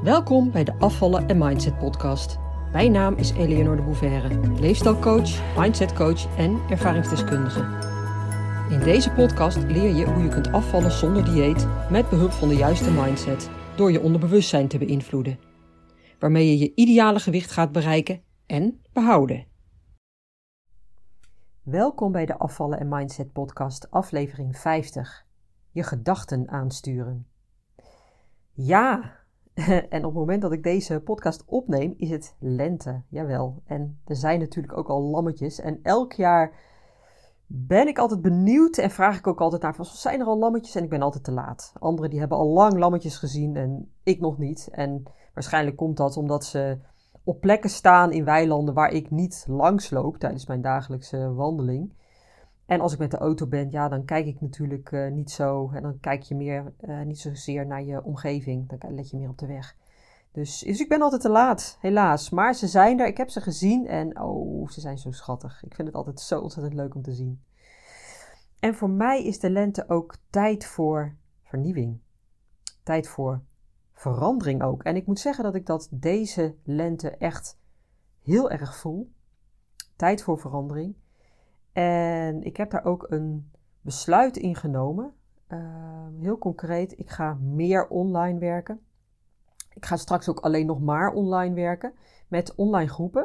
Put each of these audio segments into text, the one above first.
Welkom bij de Afvallen en Mindset podcast. Mijn naam is Eleonore de Bouverre, leefstijlcoach, mindsetcoach en ervaringsdeskundige. In deze podcast leer je hoe je kunt afvallen zonder dieet met behulp van de juiste mindset door je onderbewustzijn te beïnvloeden, waarmee je je ideale gewicht gaat bereiken en behouden. Welkom bij de Afvallen en Mindset podcast, aflevering 50. Je gedachten aansturen. Ja, en op het moment dat ik deze podcast opneem, is het lente. Jawel, en er zijn natuurlijk ook al lammetjes. En elk jaar ben ik altijd benieuwd en vraag ik ook altijd naar, zijn er al lammetjes? En ik ben altijd te laat. Anderen die hebben al lang lammetjes gezien en ik nog niet. En waarschijnlijk komt dat omdat ze op plekken staan in weilanden waar ik niet langs loop tijdens mijn dagelijkse wandeling. En als ik met de auto ben, ja, dan kijk ik natuurlijk niet zo. En dan kijk je meer, niet zozeer naar je omgeving. Dan let je meer op de weg. Dus ik ben altijd te laat, helaas. Maar ze zijn er, ik heb ze gezien en ze zijn zo schattig. Ik vind het altijd zo ontzettend leuk om te zien. En voor mij is de lente ook tijd voor vernieuwing. Tijd voor verandering ook. En ik moet zeggen dat ik dat deze lente echt heel erg voel. Tijd voor verandering. En ik heb daar ook een besluit in genomen. Heel concreet, ik ga meer online werken. Ik ga straks ook alleen nog maar online werken met online groepen.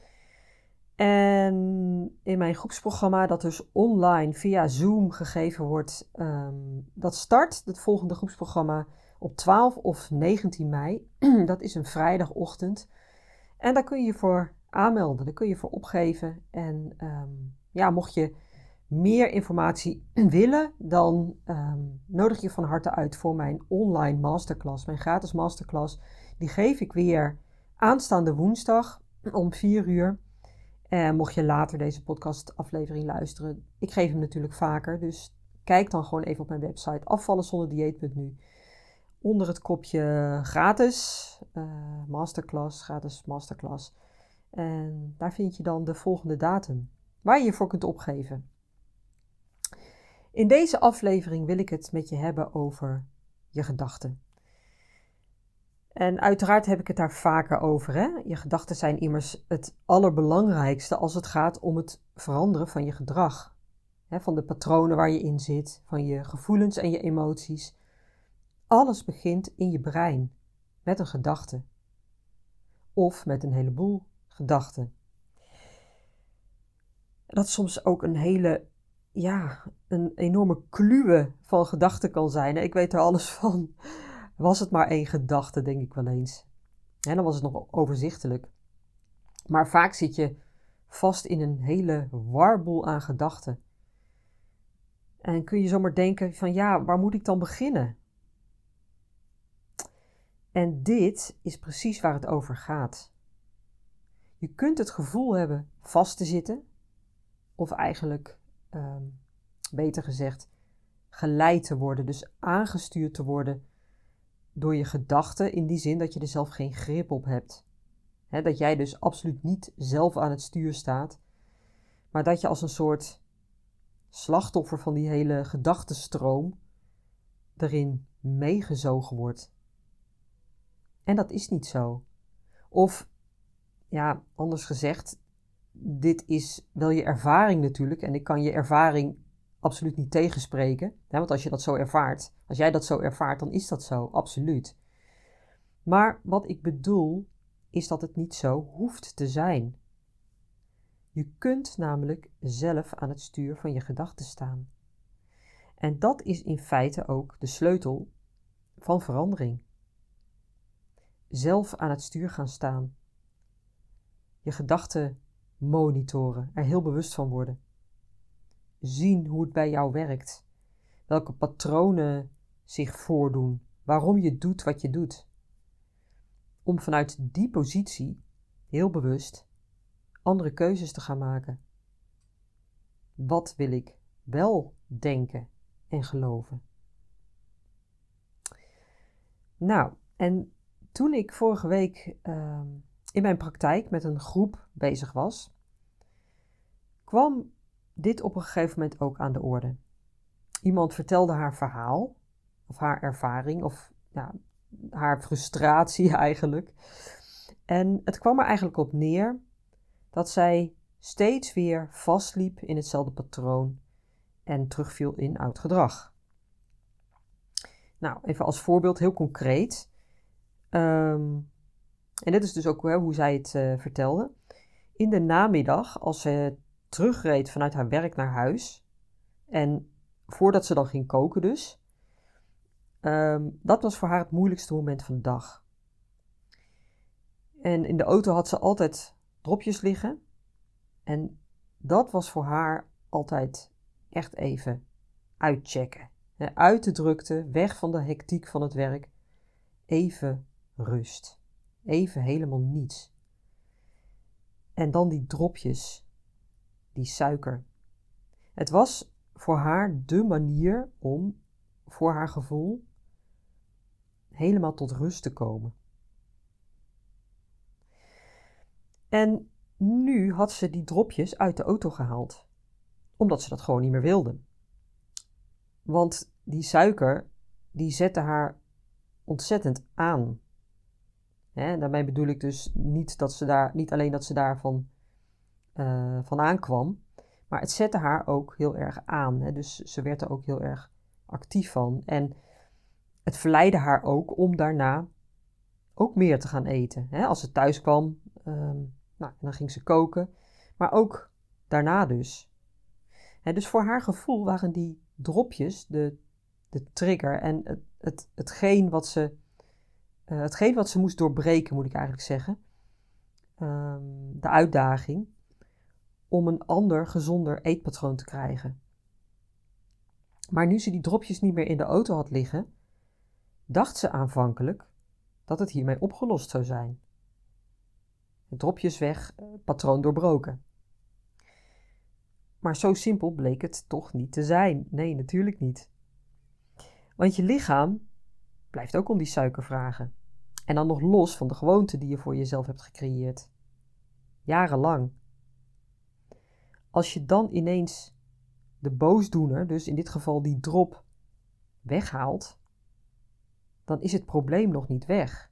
En in mijn groepsprogramma, dat dus online via Zoom gegeven wordt, dat start, het volgende groepsprogramma, op 12 of 19 mei. Dat is een vrijdagochtend. En daar kun je je voor aanmelden, daar kun je je voor opgeven. En mocht je meer informatie willen, dan nodig je van harte uit voor mijn online masterclass. Mijn gratis masterclass, die geef ik weer aanstaande woensdag om 4 uur. En mocht je later deze podcastaflevering luisteren, ik geef hem natuurlijk vaker. Dus kijk dan gewoon even op mijn website afvallenzonderdieet.nu. Onder het kopje gratis masterclass. En daar vind je dan de volgende datum waar je je voor kunt opgeven. In deze aflevering wil ik het met je hebben over je gedachten. En uiteraard heb ik het daar vaker over. Hè? Je gedachten zijn immers het allerbelangrijkste als het gaat om het veranderen van je gedrag. Hè, van de patronen waar je in zit, van je gevoelens en je emoties. Alles begint in je brein, met een gedachte. Of met een heleboel gedachten. Dat soms ook een enorme kluwe van gedachten kan zijn. Ik weet er alles van. Was het maar één gedachte, denk ik wel eens. En dan was het nog overzichtelijk. Maar vaak zit je vast in een hele warboel aan gedachten. En kun je zomaar denken van waar moet ik dan beginnen? En dit is precies waar het over gaat. Je kunt het gevoel hebben vast te zitten. Of eigenlijk, beter gezegd, geleid te worden. Dus aangestuurd te worden door je gedachten. In die zin dat je er zelf geen grip op hebt. Dat jij dus absoluut niet zelf aan het stuur staat. Maar dat je als een soort slachtoffer van die hele gedachtenstroom erin meegezogen wordt. En dat is niet zo. Of, anders gezegd, dit is wel je ervaring natuurlijk. En ik kan je ervaring absoluut niet tegenspreken. Want als je dat zo ervaart, als jij dat zo ervaart, dan is dat zo, absoluut. Maar wat ik bedoel, is dat het niet zo hoeft te zijn. Je kunt namelijk zelf aan het stuur van je gedachten staan. En dat is in feite ook de sleutel van verandering. Zelf aan het stuur gaan staan. Je gedachten monitoren, er heel bewust van worden. Zien hoe het bij jou werkt. Welke patronen zich voordoen. Waarom je doet wat je doet. Om vanuit die positie, heel bewust, andere keuzes te gaan maken. Wat wil ik wel denken en geloven? Nou, en toen ik vorige week in mijn praktijk met een groep bezig was, kwam dit op een gegeven moment ook aan de orde. Iemand vertelde haar verhaal, of haar ervaring, of haar frustratie eigenlijk. En het kwam er eigenlijk op neer dat zij steeds weer vastliep in hetzelfde patroon en terugviel in oud gedrag. Nou, even als voorbeeld, heel concreet. En dit is dus ook hoe zij het vertelde. In de namiddag, als ze terugreed vanuit haar werk naar huis, en voordat ze dan ging koken dus, dat was voor haar het moeilijkste moment van de dag. En in de auto had ze altijd dropjes liggen. En dat was voor haar altijd echt even uitchecken. Uit de drukte, weg van de hectiek van het werk. Even rust. Even helemaal niets. En dan die dropjes, die suiker. Het was voor haar de manier om, voor haar gevoel, helemaal tot rust te komen. En nu had ze die dropjes uit de auto gehaald, omdat ze dat gewoon niet meer wilde. Want die suiker, die zette haar ontzettend aan. Daarmee bedoel ik dus niet alleen dat ze daarvan van aankwam, maar het zette haar ook heel erg aan. Dus ze werd er ook heel erg actief van. En het verleidde haar ook om daarna ook meer te gaan eten. Als ze thuis kwam, dan ging ze koken. Maar ook daarna dus. Dus voor haar gevoel waren die dropjes de trigger en hetgeen wat ze moest doorbreken, moet ik eigenlijk zeggen. De uitdaging om een ander, gezonder eetpatroon te krijgen. Maar nu ze die dropjes niet meer in de auto had liggen, dacht ze aanvankelijk dat het hiermee opgelost zou zijn. Dropjes weg, patroon doorbroken. Maar zo simpel bleek het toch niet te zijn. Nee, natuurlijk niet. Want je lichaam blijft ook om die suiker vragen. En dan nog los van de gewoonte die je voor jezelf hebt gecreëerd. Jarenlang. Als je dan ineens de boosdoener, dus in dit geval die drop, weghaalt, dan is het probleem nog niet weg.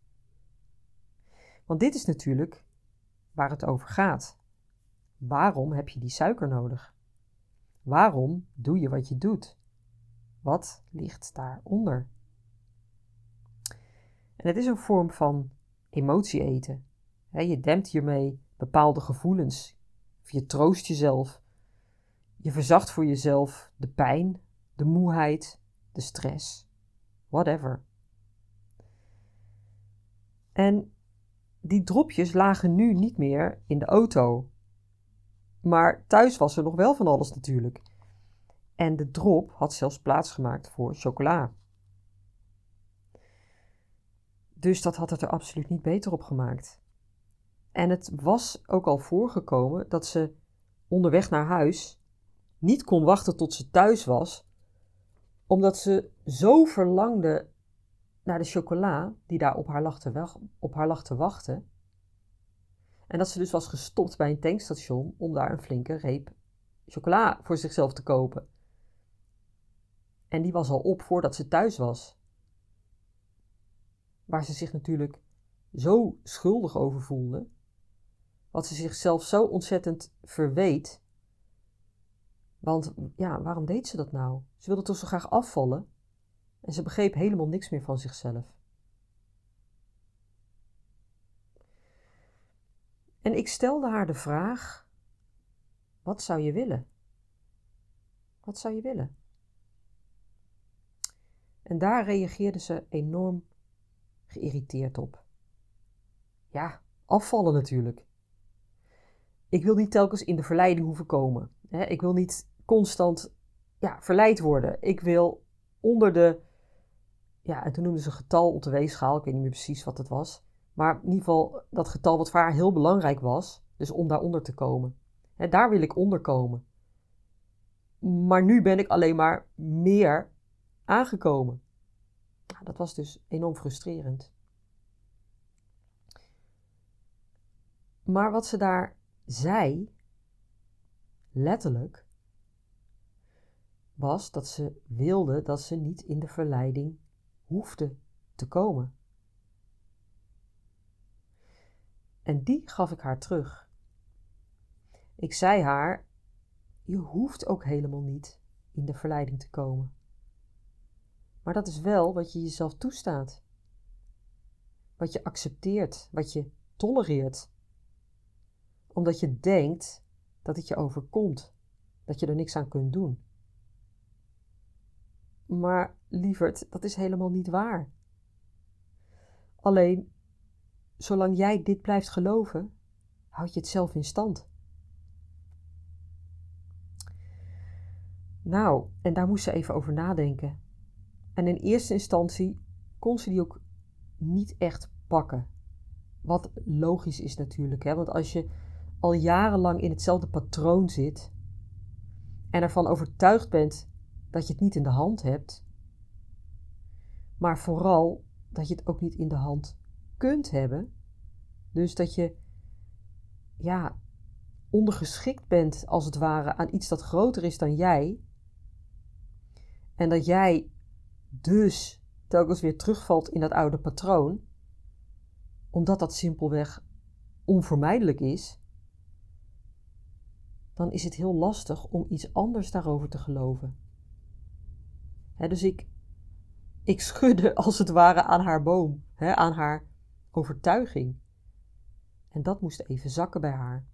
Want dit is natuurlijk waar het over gaat. Waarom heb je die suiker nodig? Waarom doe je wat je doet? Wat ligt daaronder? En het is een vorm van emotie eten. Je dempt hiermee bepaalde gevoelens. Of je troost jezelf. Je verzacht voor jezelf de pijn, de moeheid, de stress. Whatever. En die dropjes lagen nu niet meer in de auto. Maar thuis was er nog wel van alles natuurlijk. En de drop had zelfs plaatsgemaakt voor chocola. Dus dat had het er absoluut niet beter op gemaakt. En het was ook al voorgekomen dat ze onderweg naar huis niet kon wachten tot ze thuis was, omdat ze zo verlangde naar de chocola die daar op haar lag te wachten. En dat ze dus was gestopt bij een tankstation om daar een flinke reep chocola voor zichzelf te kopen. En die was al op voordat ze thuis was. Waar ze zich natuurlijk zo schuldig over voelde. Wat ze zichzelf zo ontzettend verweet. Want ja, waarom deed ze dat nou? Ze wilde toch zo graag afvallen. En ze begreep helemaal niks meer van zichzelf. En ik stelde haar de vraag: wat zou je willen? Wat zou je willen? En daar reageerde ze enorm geïrriteerd op. Ja, afvallen natuurlijk. Ik wil niet telkens in de verleiding hoeven komen. Ik wil niet constant verleid worden. Ik wil onder de... Ja, en toen noemde ze een getal op de weegschaal. Ik weet niet meer precies wat het was. Maar in ieder geval dat getal wat voor haar heel belangrijk was. Dus om daaronder te komen. Daar wil ik onder komen. Maar nu ben ik alleen maar meer aangekomen. Nou, dat was dus enorm frustrerend. Maar wat ze daar zei, letterlijk, was dat ze wilde dat ze niet in de verleiding hoefde te komen. En die gaf ik haar terug. Ik zei haar, je hoeft ook helemaal niet in de verleiding te komen. Maar dat is wel wat je jezelf toestaat. Wat je accepteert, wat je tolereert. Omdat je denkt dat het je overkomt, dat je er niks aan kunt doen. Maar lieverd, dat is helemaal niet waar. Alleen, zolang jij dit blijft geloven, houd je het zelf in stand. Nou, en daar moest ze even over nadenken. En in eerste instantie kon ze die ook niet echt pakken. Wat logisch is natuurlijk, hè? Want als je al jarenlang in hetzelfde patroon zit en ervan overtuigd bent dat je het niet in de hand hebt, maar vooral dat je het ook niet in de hand kunt hebben, dus dat je ondergeschikt bent als het ware aan iets dat groter is dan jij, en dat jij dus telkens weer terugvalt in dat oude patroon, omdat dat simpelweg onvermijdelijk is, dan is het heel lastig om iets anders daarover te geloven. Dus ik schudde als het ware aan haar boom, aan haar overtuiging. En dat moest even zakken bij haar.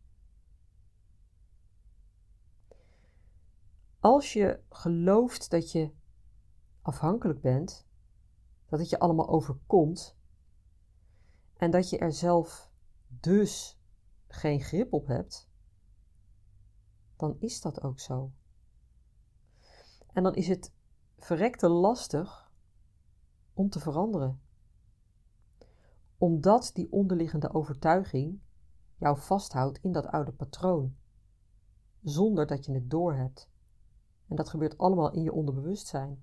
Als je gelooft dat je afhankelijk bent, dat het je allemaal overkomt en dat je er zelf dus geen grip op hebt, dan is dat ook zo. En dan is het verrekte lastig om te veranderen. Omdat die onderliggende overtuiging jou vasthoudt in dat oude patroon, zonder dat je het doorhebt. En dat gebeurt allemaal in je onderbewustzijn.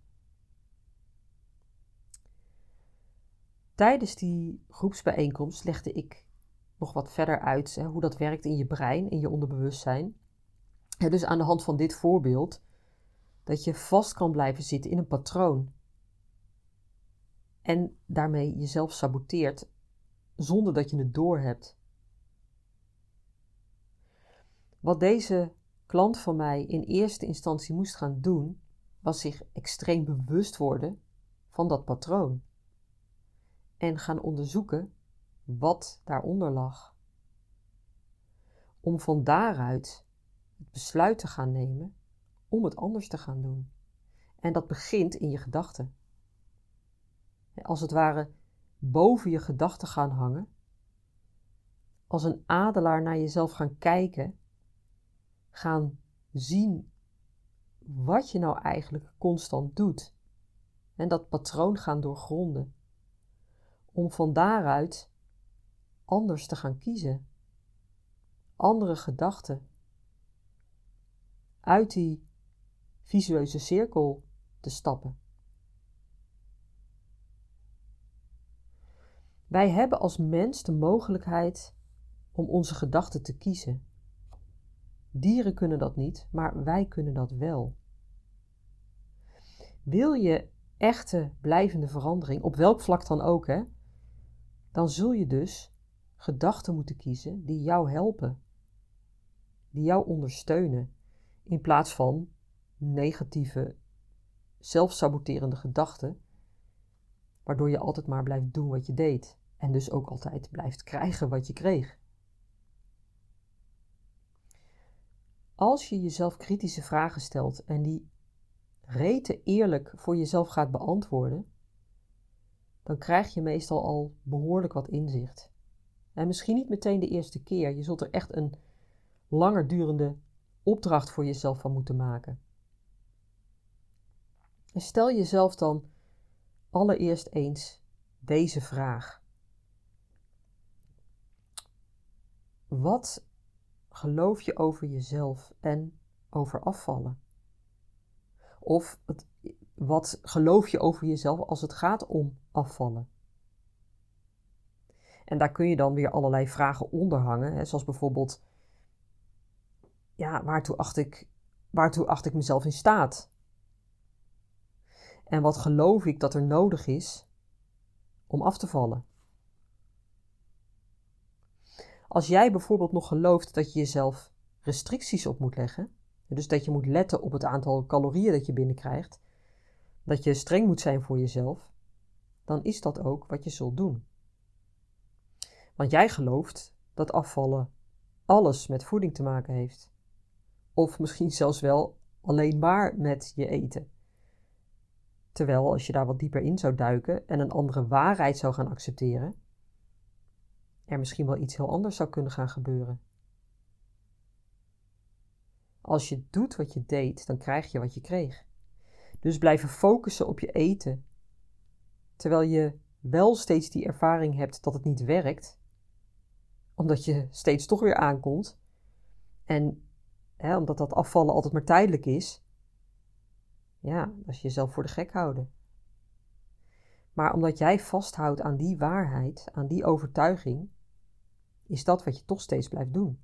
Tijdens die groepsbijeenkomst legde ik nog wat verder uit hoe dat werkt in je brein, in je onderbewustzijn. Dus aan de hand van dit voorbeeld, dat je vast kan blijven zitten in een patroon. En daarmee jezelf saboteert, zonder dat je het doorhebt. Wat deze klant van mij in eerste instantie moest gaan doen, was zich extreem bewust worden van dat patroon. En gaan onderzoeken wat daaronder lag. Om van daaruit het besluit te gaan nemen om het anders te gaan doen. En dat begint in je gedachten. Als het ware boven je gedachten gaan hangen. Als een adelaar naar jezelf gaan kijken. Gaan zien wat je nou eigenlijk constant doet. En dat patroon gaan doorgronden. Om van daaruit anders te gaan kiezen. Andere gedachten. Uit die visueuze cirkel te stappen. Wij hebben als mens de mogelijkheid om onze gedachten te kiezen. Dieren kunnen dat niet, maar wij kunnen dat wel. Wil je echte blijvende verandering, op welk vlak dan ook, dan zul je dus gedachten moeten kiezen die jou helpen. Die jou ondersteunen. In plaats van negatieve, zelfsaboterende gedachten, waardoor je altijd maar blijft doen wat je deed. En dus ook altijd blijft krijgen wat je kreeg. Als je jezelf kritische vragen stelt en die rete eerlijk voor jezelf gaat beantwoorden, dan krijg je meestal al behoorlijk wat inzicht. En misschien niet meteen de eerste keer. Je zult er echt een langer durende opdracht voor jezelf van moeten maken. En stel jezelf dan allereerst eens deze vraag. Wat geloof je over jezelf en over afvallen? Of wat geloof je over jezelf als het gaat om afvallen? En daar kun je dan weer allerlei vragen onder hangen, zoals bijvoorbeeld, waartoe acht ik mezelf in staat? En wat geloof ik dat er nodig is om af te vallen. Als jij bijvoorbeeld nog gelooft dat je jezelf restricties op moet leggen, dus dat je moet letten op het aantal calorieën dat je binnenkrijgt, dat je streng moet zijn voor jezelf, dan is dat ook wat je zult doen. Want jij gelooft dat afvallen alles met voeding te maken heeft. Of misschien zelfs wel alleen maar met je eten. Terwijl als je daar wat dieper in zou duiken en een andere waarheid zou gaan accepteren, er misschien wel iets heel anders zou kunnen gaan gebeuren. Als je doet wat je deed, dan krijg je wat je kreeg. Dus blijven focussen op je eten, terwijl je wel steeds die ervaring hebt dat het niet werkt, omdat je steeds toch weer aankomt en omdat dat afvallen altijd maar tijdelijk is, ja, dat is jezelf voor de gek houden. Maar omdat jij vasthoudt aan die waarheid, aan die overtuiging, is dat wat je toch steeds blijft doen.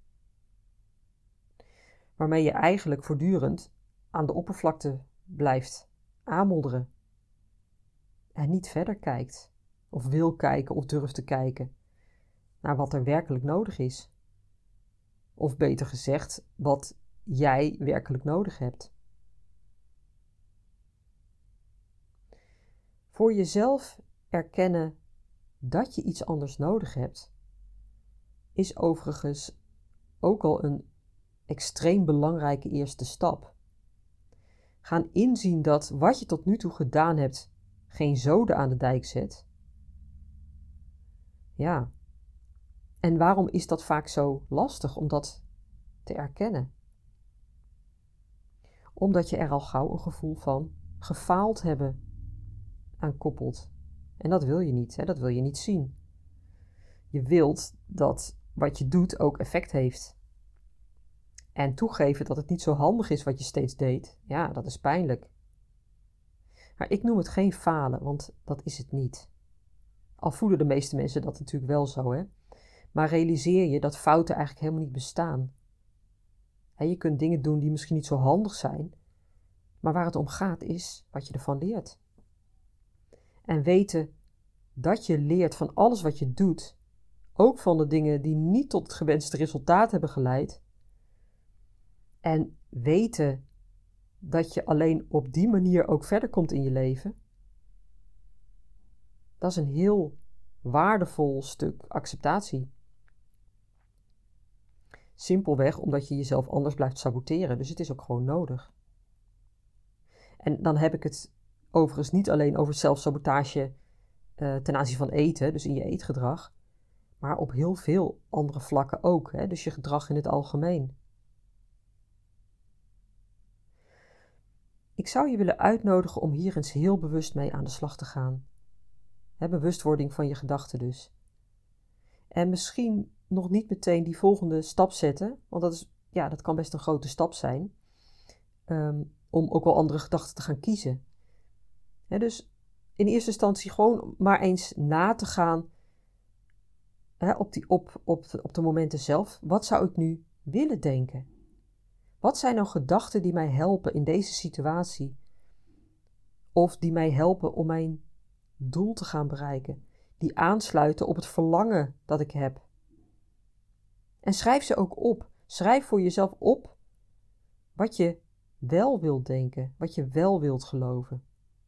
Waarmee je eigenlijk voortdurend aan de oppervlakte blijft aanmodderen. En niet verder kijkt, of wil kijken of durft te kijken naar wat er werkelijk nodig is. Of beter gezegd, wat jij werkelijk nodig hebt. Voor jezelf erkennen dat je iets anders nodig hebt, is overigens ook al een extreem belangrijke eerste stap. Gaan inzien dat wat je tot nu toe gedaan hebt geen zoden aan de dijk zet. Ja, en waarom is dat vaak zo lastig om dat te erkennen? Omdat je er al gauw een gevoel van gefaald hebben aan koppelt. En dat wil je niet, hè? Dat wil je niet zien. Je wilt dat wat je doet ook effect heeft. En toegeven dat het niet zo handig is wat je steeds deed, ja, dat is pijnlijk. Maar ik noem het geen falen, want dat is het niet. Al voelen de meeste mensen dat natuurlijk wel zo, hè. Maar realiseer je dat fouten eigenlijk helemaal niet bestaan. Je kunt dingen doen die misschien niet zo handig zijn, maar waar het om gaat is wat je ervan leert. En weten dat je leert van alles wat je doet, ook van de dingen die niet tot het gewenste resultaat hebben geleid. En weten dat je alleen op die manier ook verder komt in je leven. Dat is een heel waardevol stuk acceptatie. Simpelweg omdat je jezelf anders blijft saboteren, dus het is ook gewoon nodig. En dan heb ik het overigens niet alleen over zelfsabotage ten aanzien van eten, dus in je eetgedrag, maar op heel veel andere vlakken ook, hè? Dus je gedrag in het algemeen. Ik zou je willen uitnodigen om hier eens heel bewust mee aan de slag te gaan. Bewustwording van je gedachten dus. En misschien nog niet meteen die volgende stap zetten, want dat kan best een grote stap zijn, om ook wel andere gedachten te gaan kiezen. Dus in eerste instantie gewoon maar eens na te gaan op de momenten zelf. Wat zou ik nu willen denken? Wat zijn nou gedachten die mij helpen in deze situatie? Of die mij helpen om mijn doel te gaan bereiken? Die aansluiten op het verlangen dat ik heb. En schrijf ze ook op. Schrijf voor jezelf op wat je wel wilt denken, wat je wel wilt geloven.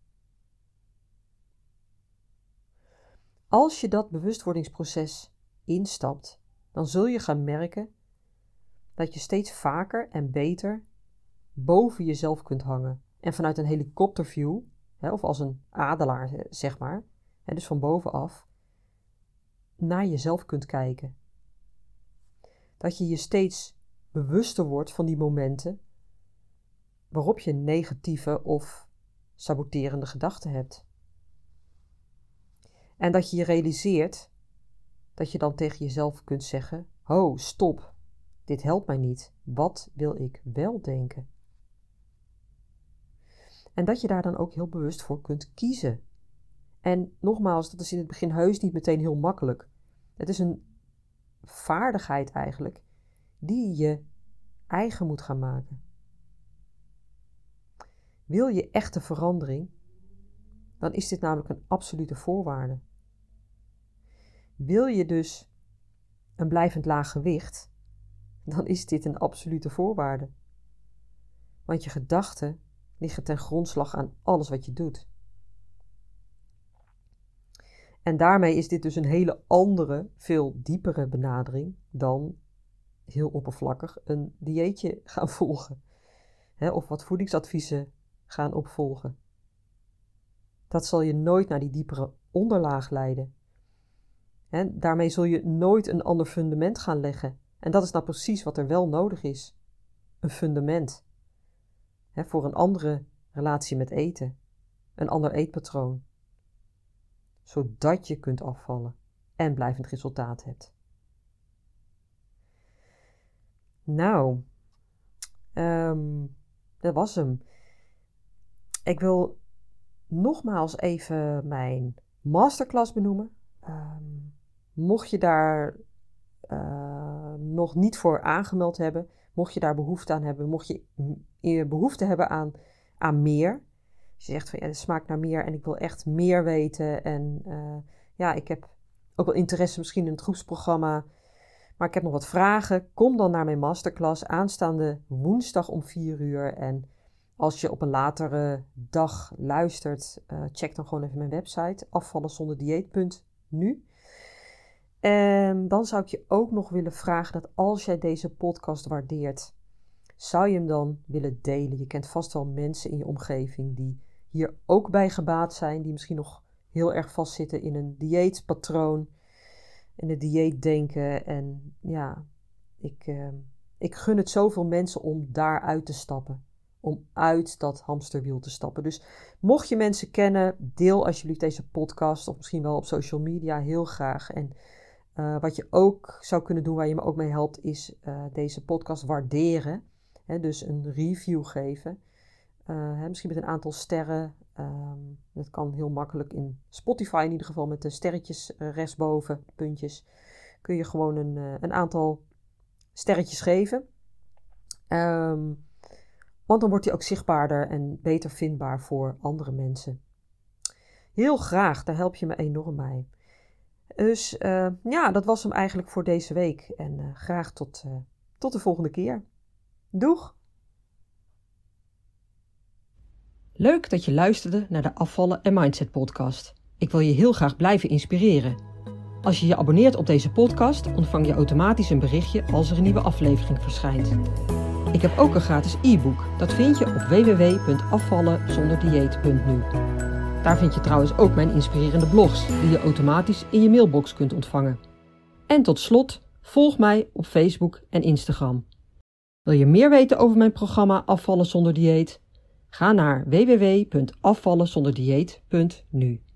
Als je dat bewustwordingsproces instapt, dan zul je gaan merken dat je steeds vaker en beter boven jezelf kunt hangen. En vanuit een helikopterview, of als een adelaar, zeg maar, dus van bovenaf, naar jezelf kunt kijken. Dat je je steeds bewuster wordt van die momenten waarop je negatieve of saboterende gedachten hebt. En dat je je realiseert dat je dan tegen jezelf kunt zeggen: ho, stop, dit helpt mij niet. Wat wil ik wel denken? En dat je daar dan ook heel bewust voor kunt kiezen. En nogmaals, dat is in het begin heus niet meteen heel makkelijk. Het is een vaardigheid eigenlijk die je eigen moet gaan maken. Wil je echte verandering? dan is dit namelijk een absolute voorwaarde. Wil je dus een blijvend laag gewicht, dan is dit een absolute voorwaarde. Want je gedachten liggen ten grondslag aan alles wat je doet. En daarmee is dit dus een hele andere, veel diepere benadering dan heel oppervlakkig een dieetje gaan volgen. Of wat voedingsadviezen gaan opvolgen. Dat zal je nooit naar die diepere onderlaag leiden. Daarmee zul je nooit een ander fundament gaan leggen. En dat is nou precies wat er wel nodig is. Een fundament. Voor een andere relatie met eten. Een ander eetpatroon. Zodat je kunt afvallen en blijvend resultaat hebt. Nou, dat was hem. Ik wil nogmaals even mijn masterclass benoemen. Mocht je daar nog niet voor aangemeld hebben, mocht je daar behoefte aan hebben, mocht je behoefte hebben aan meer. Als je zegt van ja, het smaakt naar meer en ik wil echt meer weten. En ik heb ook wel interesse misschien in het groepsprogramma. Maar ik heb nog wat vragen. Kom dan naar mijn masterclass aanstaande woensdag om 4:00. En als je op een latere dag luistert, check dan gewoon even mijn website afvallenzonderdieet.nu. En dan zou ik je ook nog willen vragen dat als jij deze podcast waardeert, zou je hem dan willen delen? Je kent vast wel mensen in je omgeving die hier ook bij gebaat zijn, die misschien nog heel erg vastzitten in een dieetpatroon, in het dieetdenken. En ja, ik gun het zoveel mensen om daaruit te stappen, om uit dat hamsterwiel te stappen. Dus mocht je mensen kennen, deel alsjeblieft deze podcast of misschien wel op social media heel graag. En wat je ook zou kunnen doen, waar je me ook mee helpt, is deze podcast waarderen. Dus een review geven. Misschien met een aantal sterren. Dat kan heel makkelijk in Spotify in ieder geval met de sterretjes rechtsboven, puntjes. Kun je gewoon een aantal sterretjes geven. Want dan wordt die ook zichtbaarder en beter vindbaar voor andere mensen. Heel graag, daar help je me enorm bij. Dus dat was hem eigenlijk voor deze week. En graag tot de volgende keer. Doeg! Leuk dat je luisterde naar de Afvallen en Mindset podcast. Ik wil je heel graag blijven inspireren. Als je je abonneert op deze podcast, ontvang je automatisch een berichtje als er een nieuwe aflevering verschijnt. Ik heb ook een gratis e-book. Dat vind je op www.afvallenzonderdieet.nu. Daar vind je trouwens ook mijn inspirerende blogs, die je automatisch in je mailbox kunt ontvangen. En tot slot, volg mij op Facebook en Instagram. Wil je meer weten over mijn programma Afvallen zonder dieet? Ga naar www.afvallenzonderdieet.nu.